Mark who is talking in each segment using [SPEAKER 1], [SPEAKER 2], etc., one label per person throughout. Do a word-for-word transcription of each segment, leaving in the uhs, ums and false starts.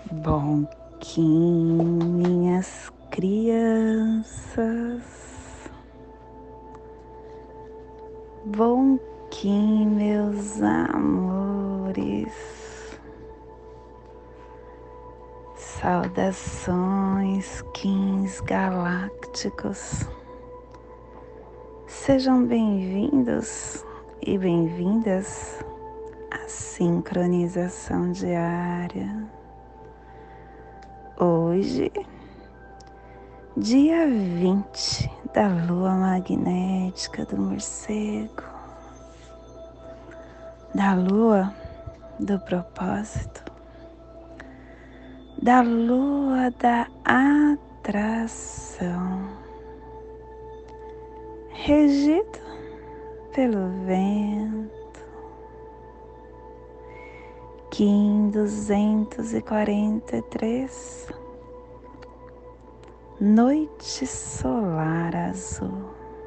[SPEAKER 1] Bom Kim, minhas crianças. Bom Kim, meus amores. Saudações, Kims galácticos. Sejam bem-vindos e bem-vindas à sincronização diária. Hoje, dia vinte da lua magnética do morcego, da lua do propósito, da lua da atração, regido pelo vento. Kim duzentos e quarenta e três, noite solar azul.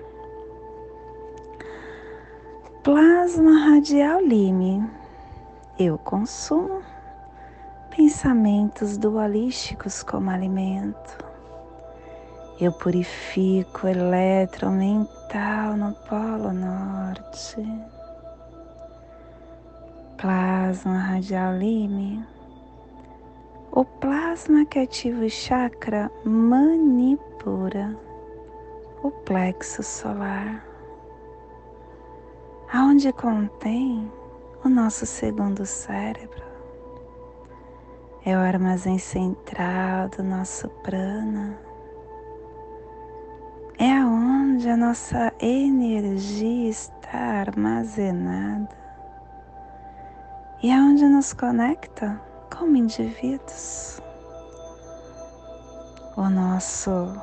[SPEAKER 1] Plasma radial Lime. Eu consumo pensamentos dualísticos como alimento. Eu purifico o elétron mental no Polo Norte. Plasma radial Lime. O plasma que ativa o chakra Manipura, o plexo solar, aonde contém o nosso segundo cérebro. É o armazém central do nosso prana. É aonde a nossa energia está armazenada. E é onde nos conecta como indivíduos. O nosso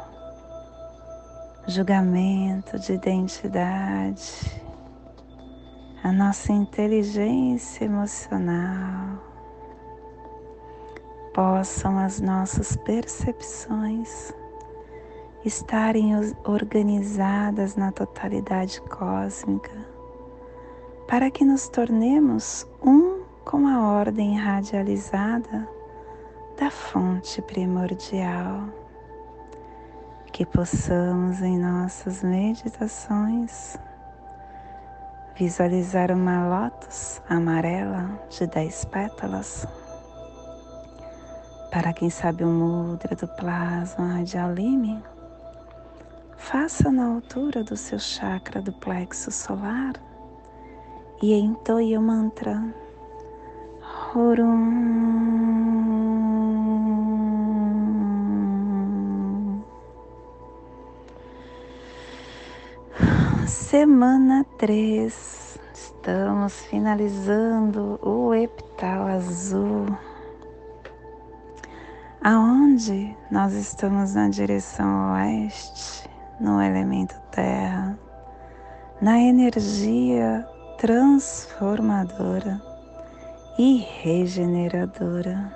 [SPEAKER 1] julgamento de identidade, a nossa inteligência emocional, possam as nossas percepções estarem organizadas na totalidade cósmica, para que nos tornemos um com a ordem radializada da fonte primordial, que possamos em nossas meditações visualizar uma lótus amarela de dez pétalas. Para quem sabe o mudra do plasma radial Lime, faça na altura do seu chakra do plexo solar e entoie o mantra Horum. Semana três, estamos finalizando o epital azul, aonde nós estamos na direção oeste, no elemento terra, na energia transformadora e regeneradora.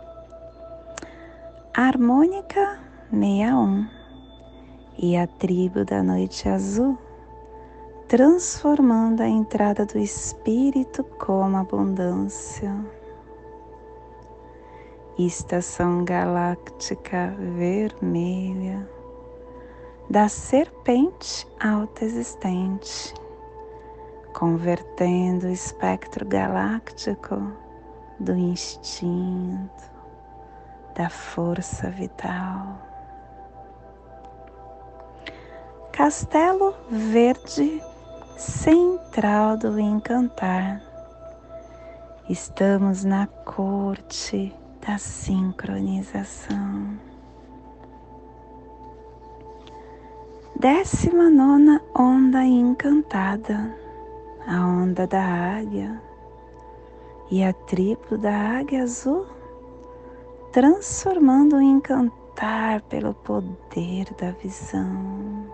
[SPEAKER 1] Harmônica sessenta e um e a tribo da noite azul, transformando a entrada do espírito como abundância. Estação galáctica vermelha da serpente autoexistente, convertendo o espectro galáctico do instinto, da força vital. Castelo verde central do encantar. Estamos na corte da sincronização. Décima nona onda encantada, a onda da águia e a tribo da águia azul, transformando o encantar pelo poder da visão.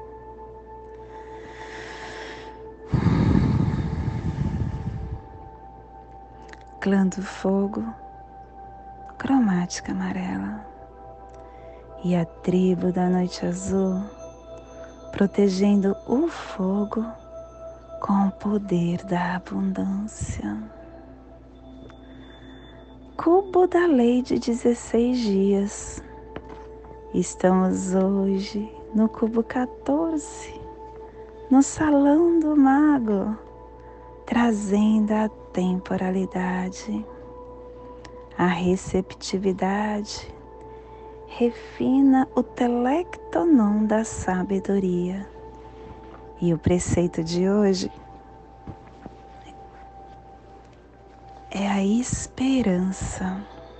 [SPEAKER 1] Clã do fogo, cromática amarela, e a tribo da noite azul, protegendo o fogo com o poder da abundância. cubo da lei de dezesseis dias. Estamos hoje no cubo quatorze, no salão do mago, trazendo a temporalidade, a receptividade, refina o telectonon da sabedoria. E o preceito de hoje é a esperança.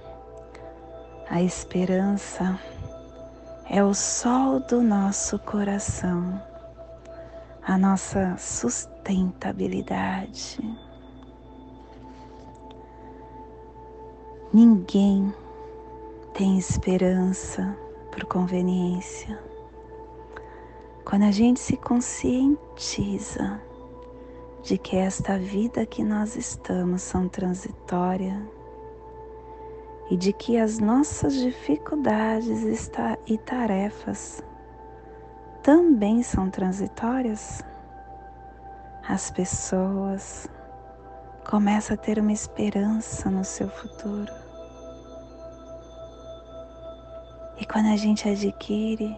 [SPEAKER 1] A esperança é o sol do nosso coração, a nossa sustentabilidade. Ninguém tem esperança por conveniência. Quando a gente se conscientiza de que esta vida que nós estamos são transitória e de que as nossas dificuldades e tarefas também são transitórias, as pessoas começam a ter uma esperança no seu futuro. E quando a gente adquire,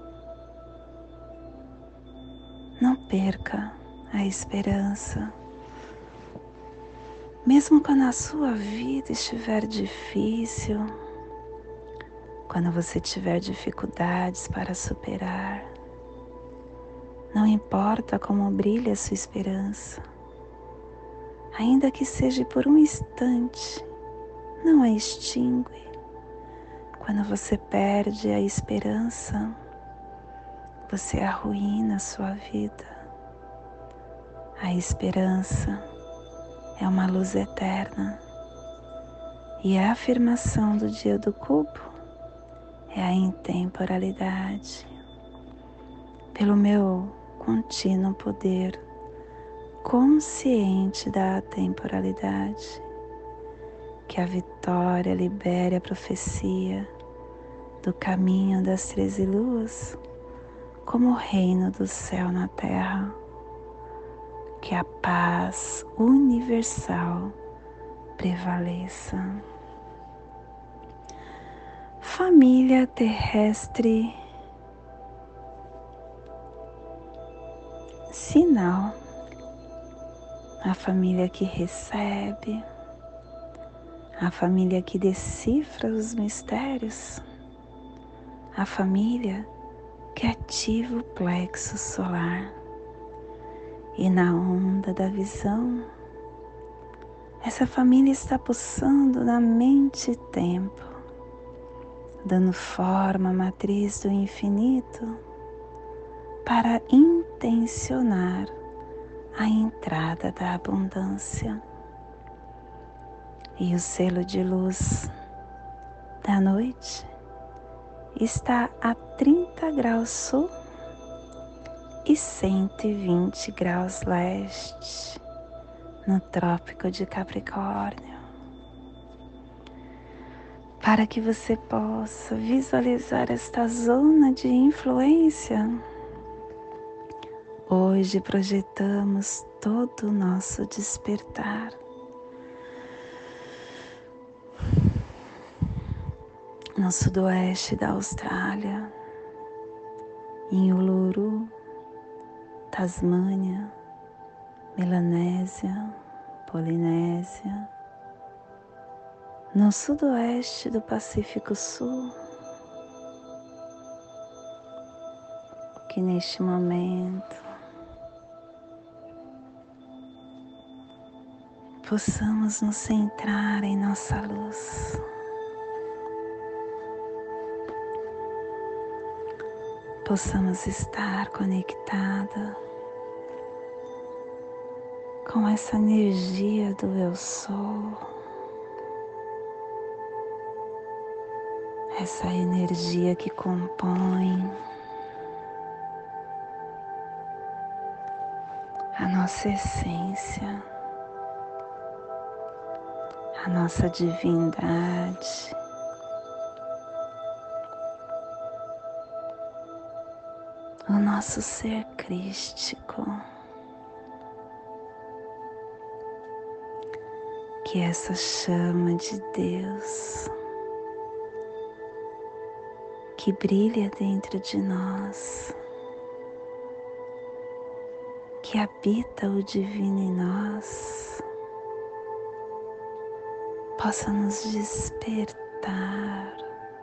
[SPEAKER 1] não perca a esperança. Mesmo quando a sua vida estiver difícil, quando você tiver dificuldades para superar, não importa como brilha a sua esperança, ainda que seja por um instante, não a extingue. Quando você perde a esperança, você arruína a sua vida. A esperança é uma luz eterna e a afirmação do dia do cubo é a intemporalidade. Pelo meu contínuo poder consciente da atemporalidade, que a vitória libere a profecia do caminho das treze luas como o reino do céu na terra, que a paz universal prevaleça. Família terrestre, sinal, a família que recebe, a família que decifra os mistérios, a família que ativa o plexo solar. E na onda da visão, essa família está pulsando na mente e tempo, dando forma à matriz do infinito para intencionar a entrada da abundância. E o selo de luz da noite está a trinta graus sul e cento e vinte graus leste, no Trópico de Capricórnio, para que você possa visualizar esta zona de influência. Hoje projetamos todo o nosso despertar no sudoeste da Austrália, em Uluru, Tasmânia, Melanésia, Polinésia, no sudoeste do Pacífico Sul, que neste momento possamos nos centrar em nossa luz, possamos estar conectada com essa energia do Eu Sou, essa energia que compõe a nossa essência, a nossa divindade, o nosso ser crístico, que essa chama de Deus que brilha dentro de nós, que habita o divino em nós, possa nos despertar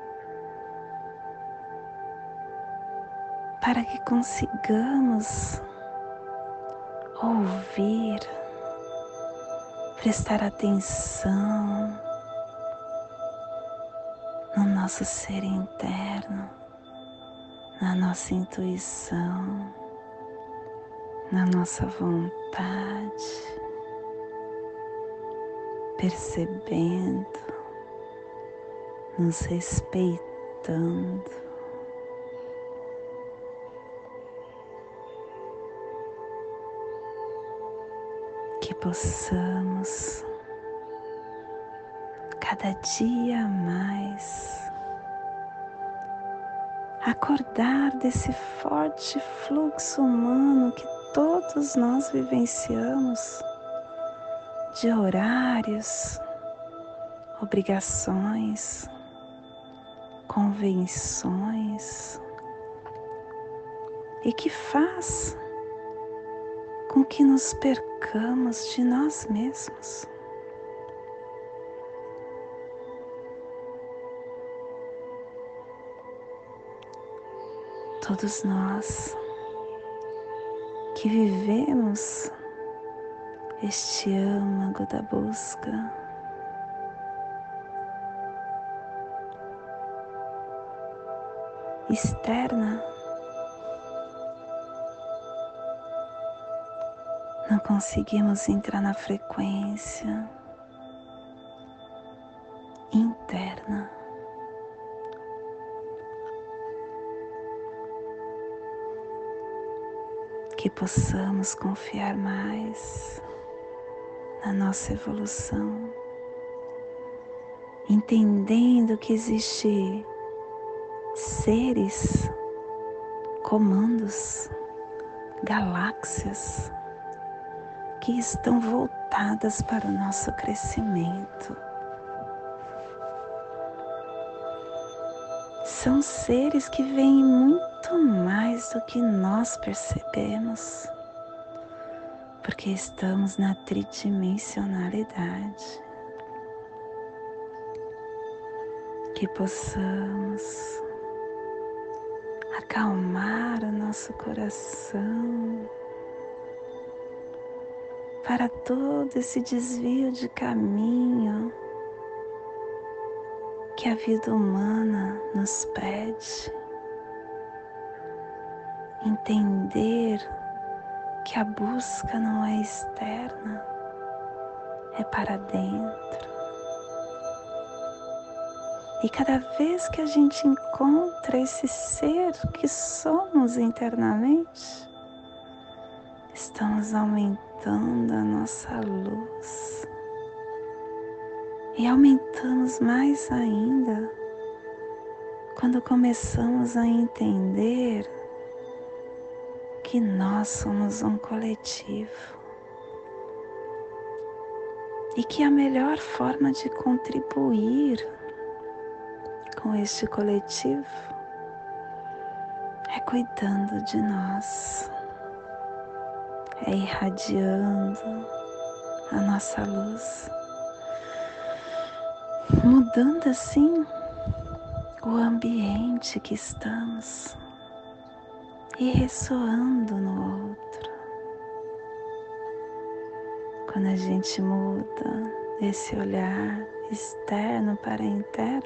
[SPEAKER 1] para que consigamos ouvir, prestar atenção no nosso ser interno, na nossa intuição, na nossa vontade, percebendo, nos respeitando, que possamos cada dia mais acordar desse forte fluxo humano que todos nós vivenciamos, de horários, obrigações, convenções, e que faz com que nos percamos de nós mesmos. Todos nós que vivemos este âmago da busca, externa, não conseguimos entrar na frequência interna. Que possamos confiar mais na nossa evolução, entendendo que existe seres, comandos, galáxias que estão voltadas para o nosso crescimento. São seres que veem muito mais do que nós percebemos, porque estamos na tridimensionalidade. Que possamos acalmar o nosso coração para todo esse desvio de caminho que a vida humana nos pede. Entender que a busca não é externa, é para dentro. E cada vez que a gente encontra esse ser que somos internamente, estamos aumentando a nossa luz. E aumentamos mais ainda quando começamos a entender que nós somos um coletivo e que a melhor forma de contribuir com este coletivo é cuidando de nós, é irradiando a nossa luz, mudando assim o ambiente que estamos e ressoando no outro. Quando a gente muda esse olhar externo para interno,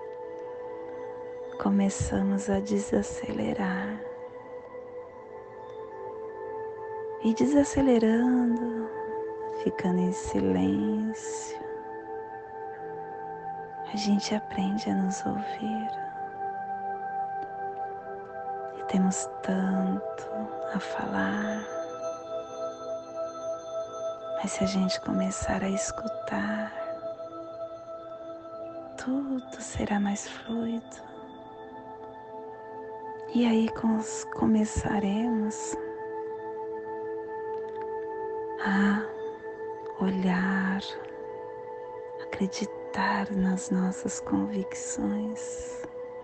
[SPEAKER 1] começamos a desacelerar. E desacelerando, ficando em silêncio, a gente aprende a nos ouvir. E temos tanto a falar, mas se a gente começar a escutar, tudo será mais fluido. E aí começaremos a olhar acreditar nas nossas convicções,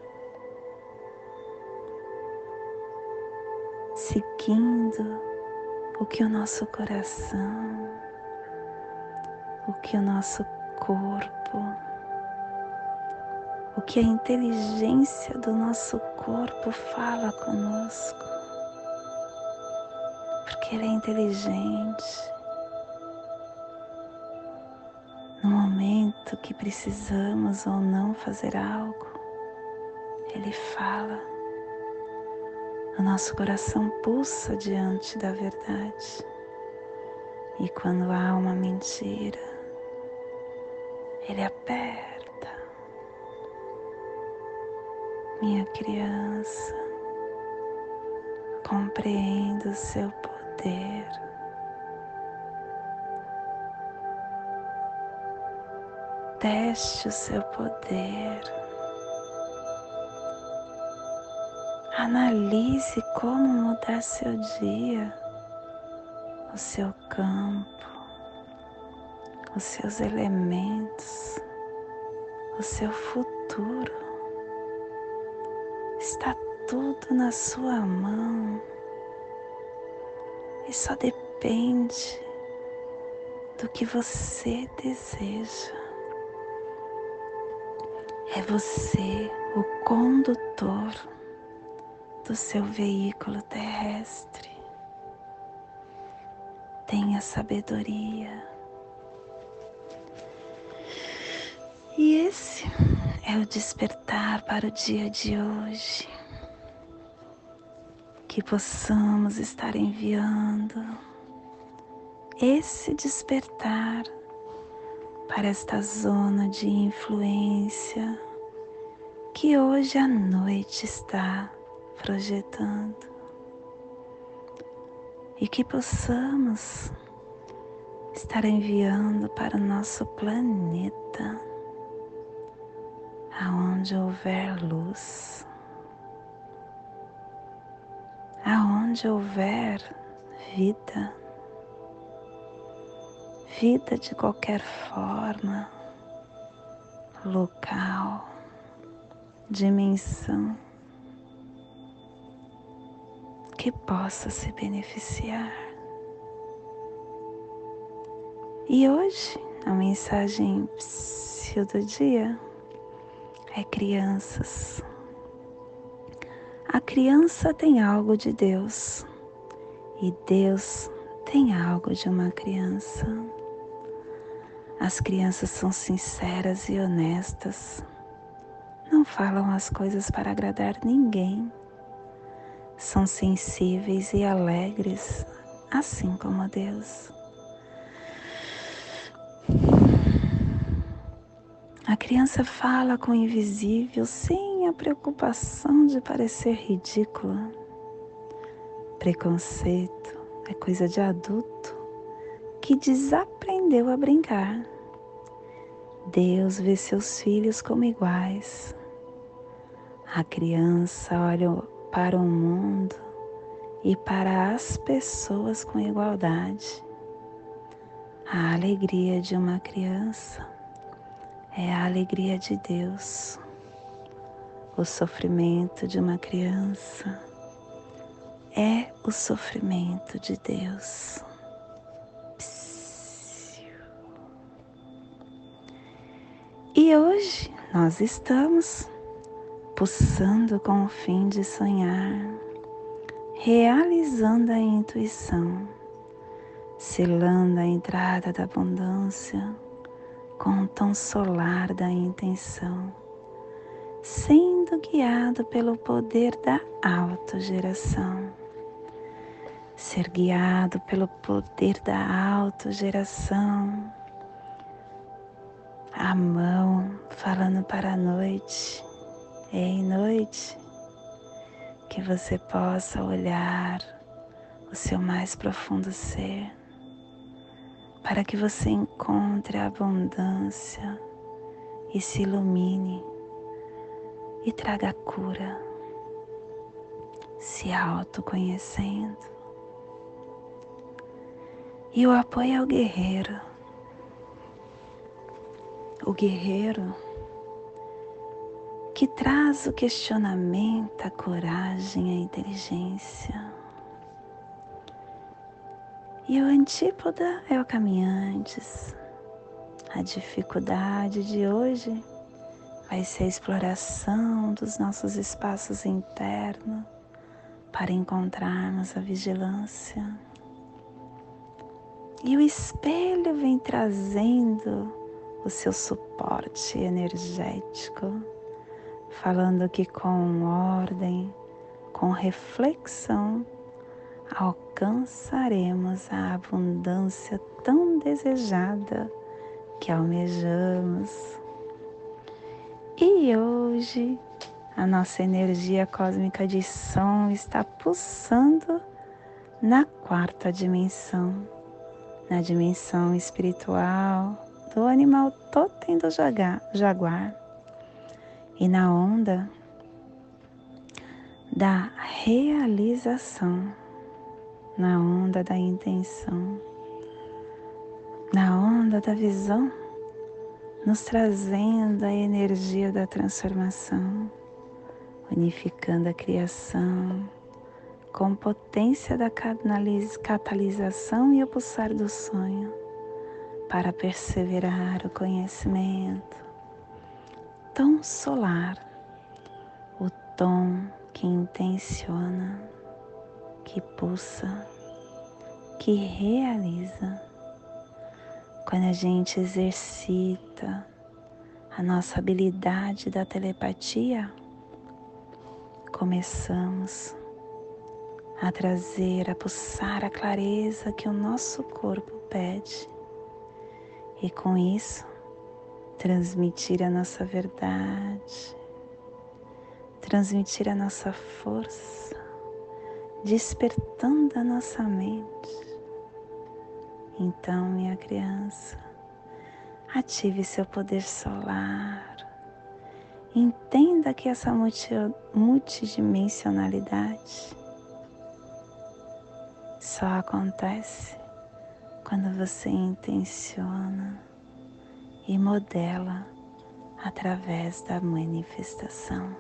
[SPEAKER 1] seguindo o que o nosso coração, o que o nosso corpo, o que a inteligência do nosso corpo fala conosco, porque ele é inteligente. No momento que precisamos ou não fazer algo, ele fala. O nosso coração pulsa diante da verdade. E quando há uma mentira, ele aperta. Minha criança, compreenda o seu poder. Teste o seu poder. Analise como mudar seu dia, o seu campo, os seus elementos, o seu futuro. Está tudo na sua mão e só depende do que você deseja. É você o condutor do seu veículo terrestre. Tenha sabedoria. E esse é o despertar para o dia de hoje. Que possamos estar enviando esse despertar para esta zona de influência que hoje à noite está projetando, e que possamos estar enviando para o nosso planeta, aonde houver luz, aonde houver vida, vida de qualquer forma, local, dimensão, que possa se beneficiar. E hoje a mensagem do dia é crianças. A criança tem algo de Deus e Deus tem algo de uma criança. As crianças são sinceras e honestas, não falam as coisas para agradar ninguém, são sensíveis e alegres, assim como Deus. A criança fala com o invisível sem a preocupação de parecer ridícula. Preconceito é coisa de adulto que desaprendeu a brincar. Deus vê seus filhos como iguais. A criança olha para o mundo e para as pessoas com igualdade. A alegria de uma criança é a alegria de Deus. O sofrimento de uma criança é o sofrimento de Deus. E hoje nós estamos pulsando com o fim de sonhar, realizando a intuição, selando a entrada da abundância com o tom solar da intenção, sendo guiado pelo poder da autogeração. Ser guiado pelo poder da autogeração. A mão falando para a noite. Ei, noite, que você possa olhar o seu mais profundo ser, para que você encontre a abundância e se ilumine e traga a cura, se autoconhecendo. E o apoio ao guerreiro. o guerreiro que traz o questionamento, a coragem, a inteligência. E o antípoda é o caminhantes. A dificuldade de hoje vai ser a exploração dos nossos espaços internos para encontrarmos a vigilância. E o espelho vem trazendo o seu suporte energético, falando que com ordem, com reflexão, alcançaremos a abundância tão desejada que almejamos. E hoje a nossa energia cósmica de som está pulsando na quarta dimensão, na dimensão espiritual do animal totem do jaguar e na onda da realização, na onda da intenção, na onda da visão, nos trazendo a energia da transformação, unificando a criação com potência da catalisação e o pulsar do sonho para perseverar o conhecimento. Tom solar, o tom que intenciona, que pulsa, que realiza. Quando a gente exercita a nossa habilidade da telepatia, começamos a trazer, a pulsar a clareza que o nosso corpo pede e com isso transmitir a nossa verdade, transmitir a nossa força, despertando a nossa mente. Então, minha criança, ative seu poder solar. Entenda que essa multi, multidimensionalidade só acontece quando você intenciona e modela através da manifestação.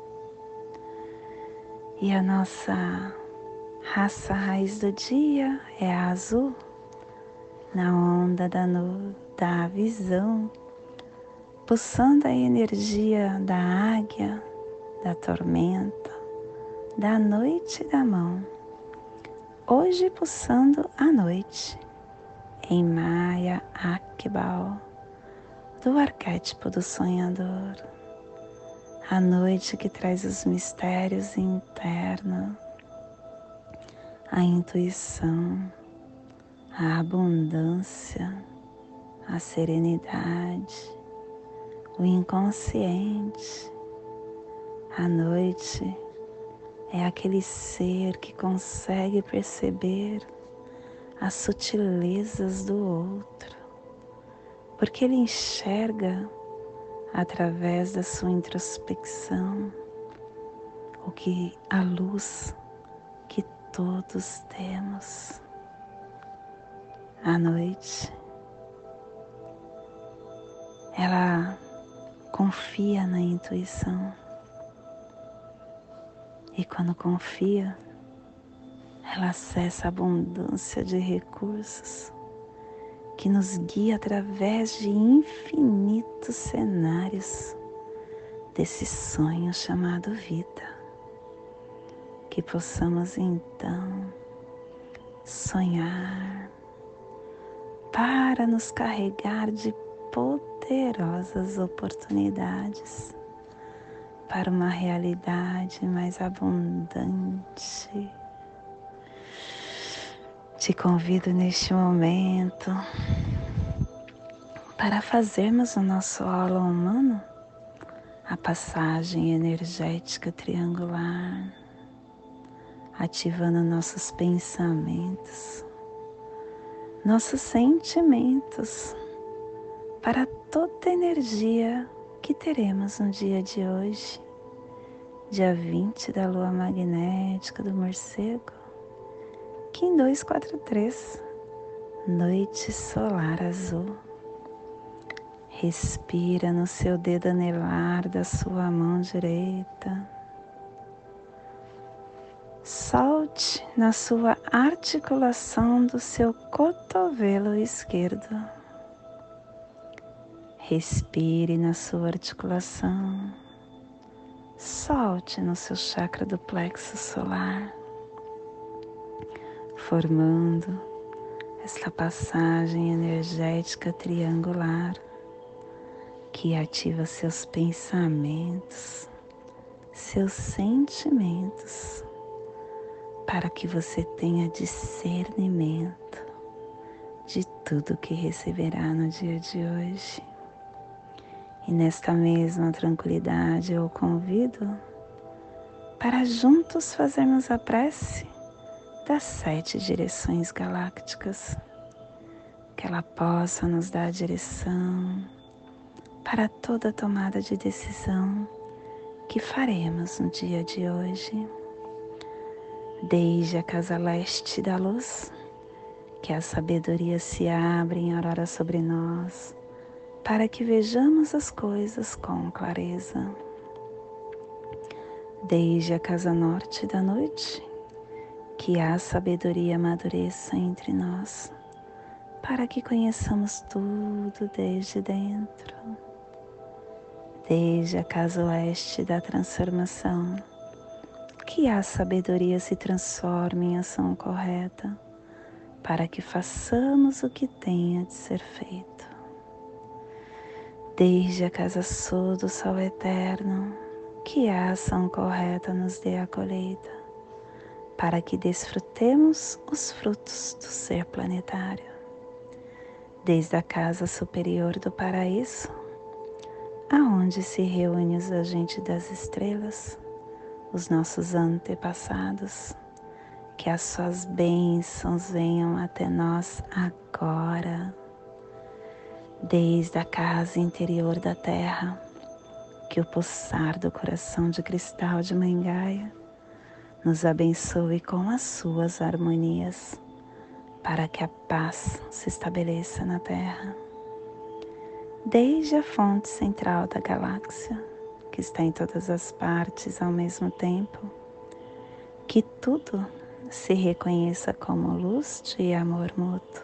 [SPEAKER 1] E a nossa raça raiz do dia é a azul, na onda da, no, da visão, pulsando a energia da águia, da tormenta, da noite e da mão. Hoje pulsando a noite, em Maya Akbal, do arquétipo do sonhador. A noite que traz os mistérios internos, a intuição, a abundância, a serenidade, o inconsciente. A noite é aquele ser que consegue perceber as sutilezas do outro, porque ele enxerga através da sua introspecção o que a luz que todos temos. À noite, ela confia na intuição e quando confia, ela acessa a abundância de recursos que nos guia através de infinitos cenários desse sonho chamado vida. Que possamos então sonhar para nos carregar de poderosas oportunidades para uma realidade mais abundante. Te convido neste momento para fazermos o nosso aula humano, a passagem energética triangular, ativando nossos pensamentos, nossos sentimentos, para toda a energia que teremos no dia de hoje, dia vinte da lua magnética do morcego, Kim dois quatro três, noite solar azul. Respira no seu dedo anelar da sua mão direita. Solte na sua articulação do seu cotovelo esquerdo. Respire na sua articulação. Solte no seu chakra do plexo solar, formando esta passagem energética triangular que ativa seus pensamentos, seus sentimentos, para que você tenha discernimento de tudo que receberá no dia de hoje. E nesta mesma tranquilidade eu o convido para juntos fazermos a prece das sete direções galácticas, que ela possa nos dar direção para toda tomada de decisão que faremos no dia de hoje. Desde a casa leste da luz, que a sabedoria se abre em aurora sobre nós, para que vejamos as coisas com clareza. Desde a casa norte da noite, que a sabedoria amadureça entre nós, para que conheçamos tudo desde dentro. Desde a casa oeste da transformação, que a sabedoria se transforme em ação correta, para que façamos o que tenha de ser feito. Desde a casa sul do sol eterno, que a ação correta nos dê a colheita, para que desfrutemos os frutos do ser planetário. Desde a casa superior do paraíso, aonde se reúnem os agentes das estrelas, os nossos antepassados, que as suas bênçãos venham até nós agora. Desde a casa interior da terra, que o pulsar do coração de cristal de Mãe Gaia nos abençoe com as suas harmonias, para que a paz se estabeleça na terra. Desde a fonte central da galáxia, que está em todas as partes ao mesmo tempo, que tudo se reconheça como luz de amor mútuo.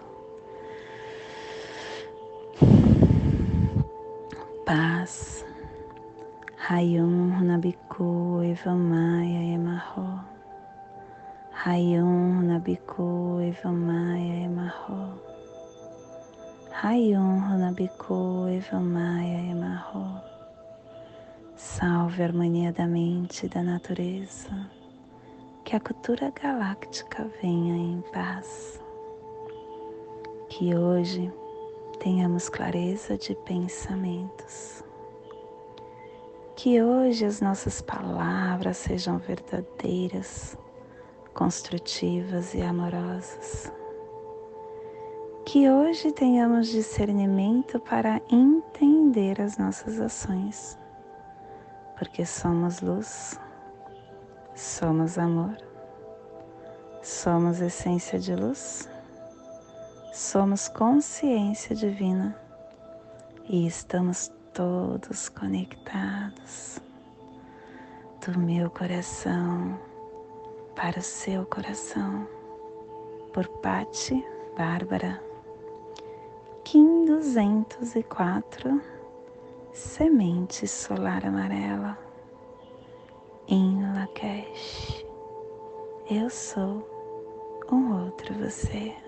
[SPEAKER 1] Paz. Hayum Hunabiku Evamaya Emarro. Hayum Hunabiku Evamaya Emarro. Hayum Hunabiku Evamaya Emarro. Salve a harmonia da mente e da natureza. Que a cultura galáctica venha em paz. Que hoje tenhamos clareza de pensamentos. Que hoje as nossas palavras sejam verdadeiras, construtivas e amorosas. Que hoje tenhamos discernimento para entender as nossas ações, porque somos luz, somos amor, somos essência de luz, somos consciência divina e estamos todos conectados do meu coração para o seu coração, por Patti Bárbara, Kim duzentos e quatro, Semente Solar Amarela, em Lakesh. Eu sou um outro você.